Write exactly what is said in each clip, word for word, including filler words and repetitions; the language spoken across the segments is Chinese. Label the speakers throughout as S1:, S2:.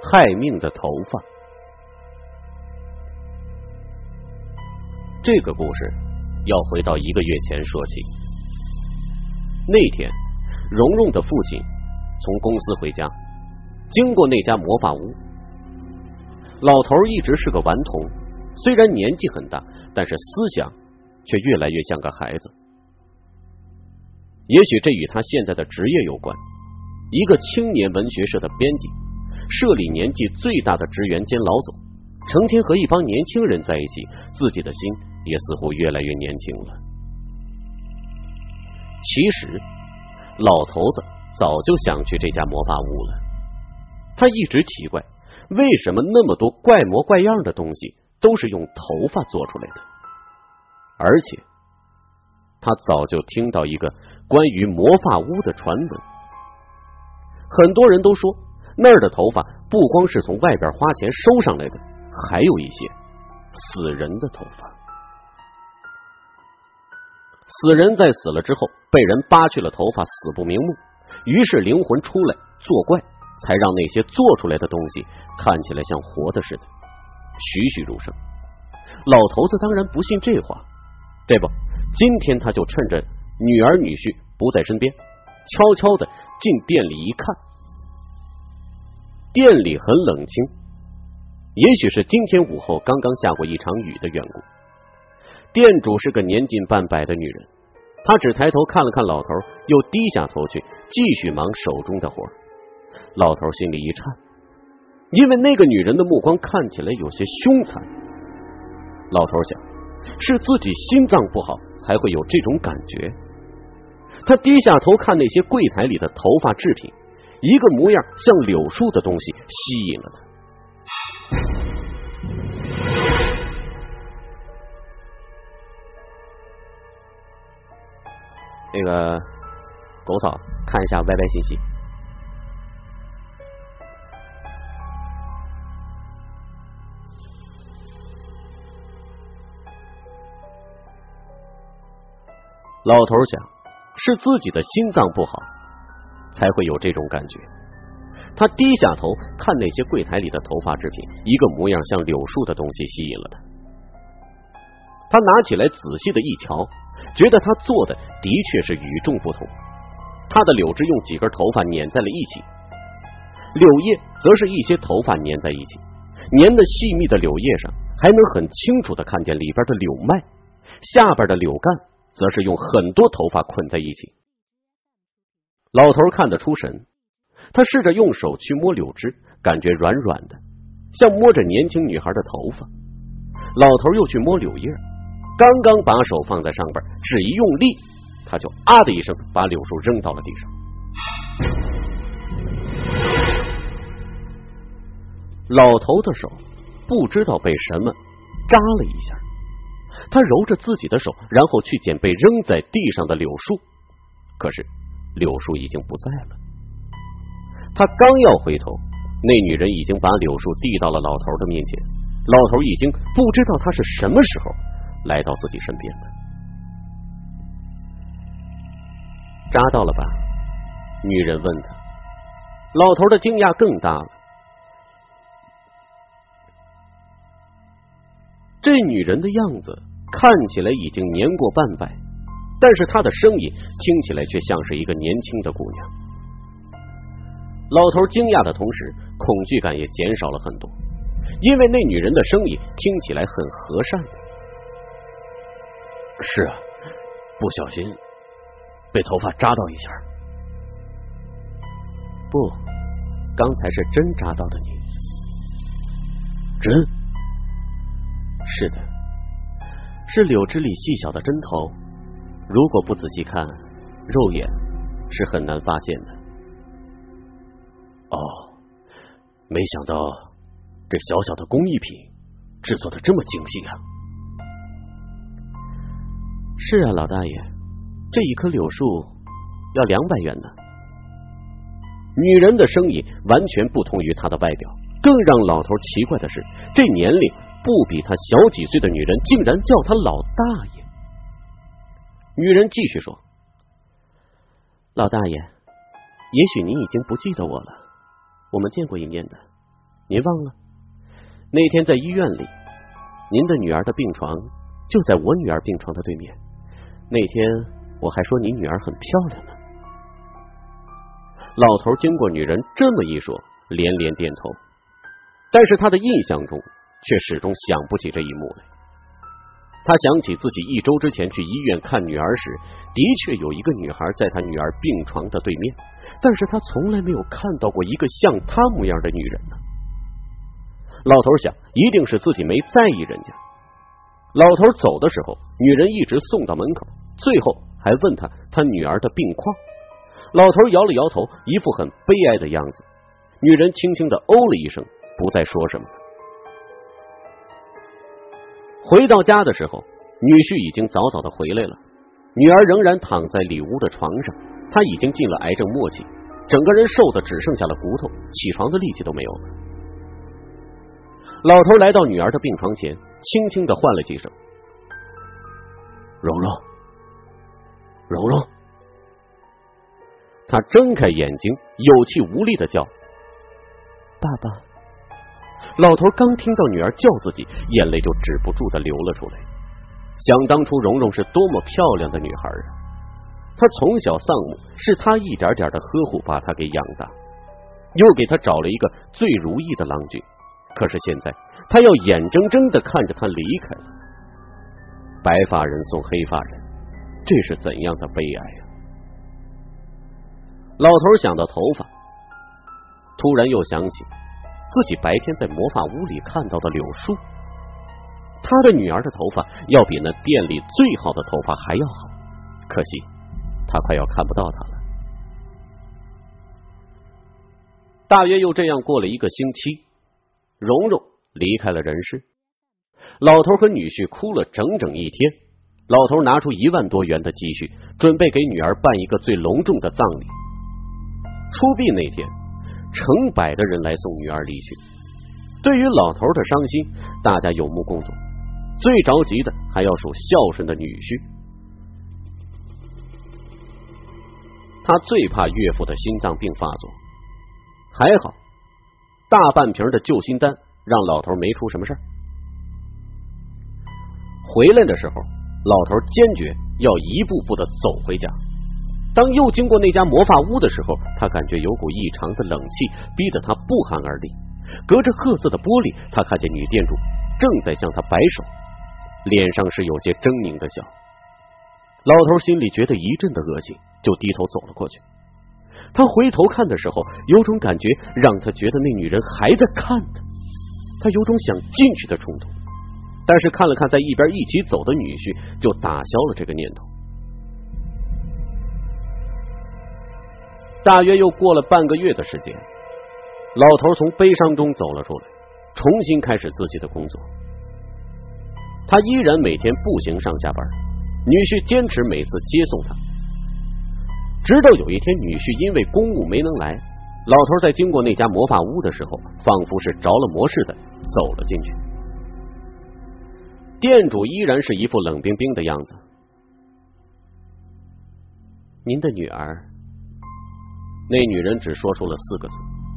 S1: 害命的头发。这个故事要回到一个月前说起。那天，蓉蓉的父亲从公司回家，经过那家魔法屋。老头一直是个顽童，虽然年纪很大，但是思想却越来越像个孩子。也许这与他现在的职业有关，一个青年文学社的编辑，社里年纪最大的职员兼老总，成天和一帮年轻人在一起，自己的心也似乎越来越年轻了。其实老头子早就想去这家魔法屋了，他一直奇怪为什么那么多怪模怪样的东西都是用头发做出来的，而且他早就听到一个关于魔法屋的传闻。很多人都说那儿的头发不光是从外边花钱收上来的，还有一些死人的头发。死人在死了之后被人扒去了头发，死不瞑目，于是灵魂出来作怪，才让那些做出来的东西看起来像活的似的，栩栩如生。老头子当然不信这话，这不，今天他就趁着女儿女婿不在身边，悄悄的进店里一看。店里很冷清，也许是今天午后刚刚下过一场雨的缘故。店主是个年近半百的女人，她只抬头看了看老头，又低下头去继续忙手中的活。老头心里一颤，因为那个女人的目光看起来有些凶残。老头想，是自己心脏不好才会有这种感觉。他低下头看那些柜台里的头发制品，一个模样像柳树的东西吸引了他。那个狗嫂，看一下 Y Y 信息。老头想，是自己的心脏不好才会有这种感觉。他低下头看那些柜台里的头发制品，一个模样像柳树的东西吸引了他。他拿起来仔细的一瞧，觉得他做的的确是与众不同。他的柳枝用几根头发粘在了一起，柳叶则是一些头发粘在一起，粘的细密的柳叶上还能很清楚的看见里边的柳脉，下边的柳干则是用很多头发捆在一起。老头看得出神，他试着用手去摸柳枝，感觉软软的，像摸着年轻女孩的头发。老头又去摸柳叶，刚刚把手放在上边，只一用力，他就啊的一声把柳树扔到了地上。老头的手不知道被什么扎了一下，他揉着自己的手，然后去捡被扔在地上的柳树，可是柳树已经不在了。他刚要回头，那女人已经把柳树递到了老头的面前，老头已经不知道他是什么时候来到自己身边了。扎到了吧？女人问他。老头的惊讶更大了。这女人的样子看起来已经年过半百，但是她的声音听起来却像是一个年轻的姑娘。老头惊讶的同时，恐惧感也减少了很多，因为那女人的声音听起来很和善的。是啊，不小心被头发扎到一下。不，刚才是针扎到的你。针？是的，是柳枝里细小的针头，如果不仔细看，肉眼是很难发现的。哦，没想到这小小的工艺品制作的这么精细啊！是啊，老大爷，这一棵柳树要两百元呢。女人的声音完全不同于她的外表，更让老头奇怪的是，这年龄不比他小几岁的女人竟然叫他老大爷。女人继续说：老大爷，也许您已经不记得我了，我们见过一面的， 您忘了那天在医院里，您的女儿的病床就在我女儿病床的对面，那天我还说你女儿很漂亮呢。老头经过女人这么一说，连连点头，但是他的印象中却始终想不起这一幕来。他想起自己一周之前去医院看女儿时，的确有一个女孩在他女儿病床的对面，但是他从来没有看到过一个像她模样的女人呢。老头想，一定是自己没在意人家。老头走的时候，女人一直送到门口，最后还问他他女儿的病况。老头摇了摇头，一副很悲哀的样子。女人轻轻的哦了一声，不再说什么了。回到家的时候，女婿已经早早的回来了，女儿仍然躺在里屋的床上，她已经进了癌症末期，整个人瘦的只剩下了骨头，起床的力气都没有了。老头来到女儿的病床前，轻轻的唤了几声：“蓉蓉，蓉蓉。”他睁开眼睛，有气无力的叫：“爸爸。”老头刚听到女儿叫自己，眼泪就止不住的流了出来。想当初蓉蓉是多么漂亮的女孩啊！她从小丧母，是他一点点的呵护把她给养大，又给她找了一个最如意的郎君。可是现在他要眼睁睁的看着她离开了。白发人送黑发人，这是怎样的悲哀啊！老头想到头发，突然又想起自己白天在魔法屋里看到的柳树，他的女儿的头发要比那店里最好的头发还要好，可惜他快要看不到她了。大约又这样过了一个星期，蓉蓉离开了人世。老头和女婿哭了整整一天。老头拿出一万多元的积蓄，准备给女儿办一个最隆重的葬礼。出殡那天，成百的人来送女儿离去。对于老头的伤心，大家有目共睹。最着急的还要数孝顺的女婿，他最怕岳父的心脏病发作。还好，大半瓶的救心丹让老头没出什么事儿。回来的时候，老头坚决要一步步的走回家。当又经过那家魔法屋的时候，他感觉有股异常的冷气逼得他不寒而栗。隔着褐色的玻璃，他看见女店主正在向他摆手，脸上是有些狰狞的笑。老头心里觉得一阵的恶心，就低头走了过去。他回头看的时候，有种感觉让他觉得那女人还在看他，他有种想进去的冲动，但是看了看在一边一起走的女婿，就打消了这个念头。大约又过了半个月的时间，老头从悲伤中走了出来，重新开始自己的工作。他依然每天步行上下班，女婿坚持每次接送他。直到有一天，女婿因为公务没能来，老头在经过那家魔法屋的时候，仿佛是着了魔似的走了进去。店主依然是一副冷冰冰的样子。您的女儿。那女人只说出了四个字：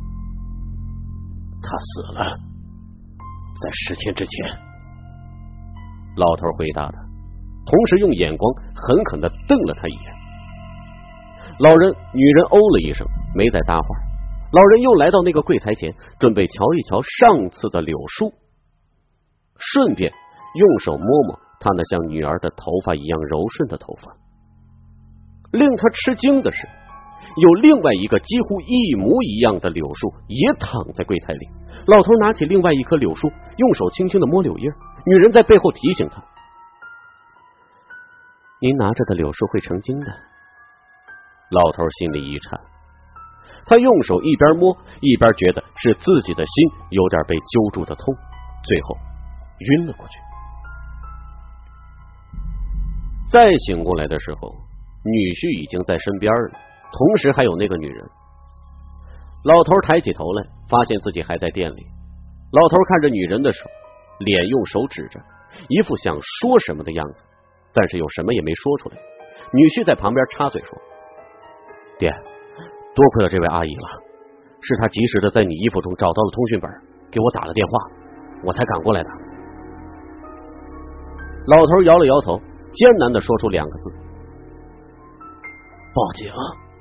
S1: 她死了，在十天之前。老头回答他，同时用眼光狠狠地瞪了他一眼。老人女人哦了一声，没再搭话。老人又来到那个柜台前，准备瞧一瞧上次的柳树，顺便用手摸摸他那像女儿的头发一样柔顺的头发。令他吃惊的是，有另外一个几乎一模一样的柳树也躺在柜台里。老头拿起另外一棵柳树，用手轻轻的摸柳叶。女人在背后提醒他：“您拿着的柳树会成精的。”老头心里一颤，他用手一边摸一边觉得是自己的心有点被揪住的痛，最后晕了过去。再醒过来的时候，女婿已经在身边了，同时还有那个女人。老头抬起头来，发现自己还在店里。老头看着女人的手，脸用手指着，一副想说什么的样子，但是又什么也没说出来。女婿在旁边插嘴说：“爹，多亏了这位阿姨了，是她及时的在你衣服中找到了通讯本， 给我打了电话，我才赶过来的。老头摇了摇头，艰难地说出两个字：报警。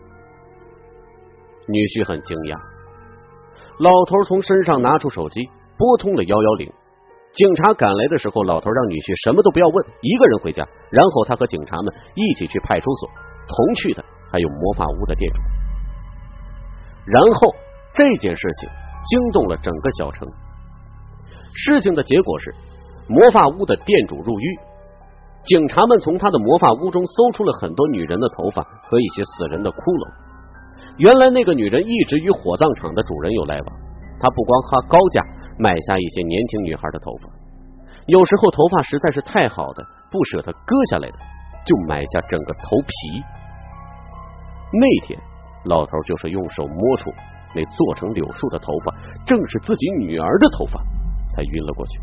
S1: 女婿很惊讶，老头从身上拿出手机，拨通了一一零。警察赶来的时候，老头让女婿什么都不要问，一个人回家，然后他和警察们一起去派出所，同去的还有魔法屋的店主。然后这件事情惊动了整个小城。事情的结果是，魔法屋的店主入狱，警察们从他的魔法屋中搜出了很多女人的头发和一些死人的骷髅。原来那个女人一直与火葬场的主人有来往，她不光花高价买下一些年轻女孩的头发，有时候头发实在是太好的不舍得割下来的，就买下整个头皮。那天老头就是用手摸出那做成柳树的头发正是自己女儿的头发，才晕了过去。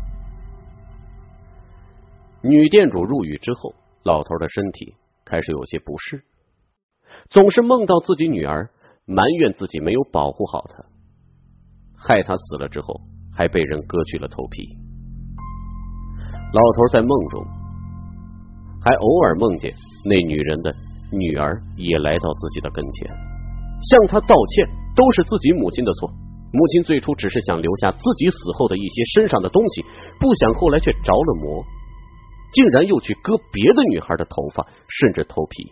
S1: 女店主入狱之后，老头的身体开始有些不适，总是梦到自己女儿，埋怨自己没有保护好她，害她死了之后还被人割去了头皮。老头在梦中还偶尔梦见那女人的女儿也来到自己的跟前，向他道歉，都是自己母亲的错。母亲最初只是想留下自己死后的一些身上的东西，不想后来却着了魔，竟然又去割别的女孩的头发甚至头皮。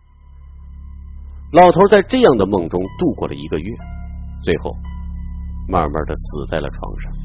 S1: 老头在这样的梦中度过了一个月，最后慢慢的死在了床上。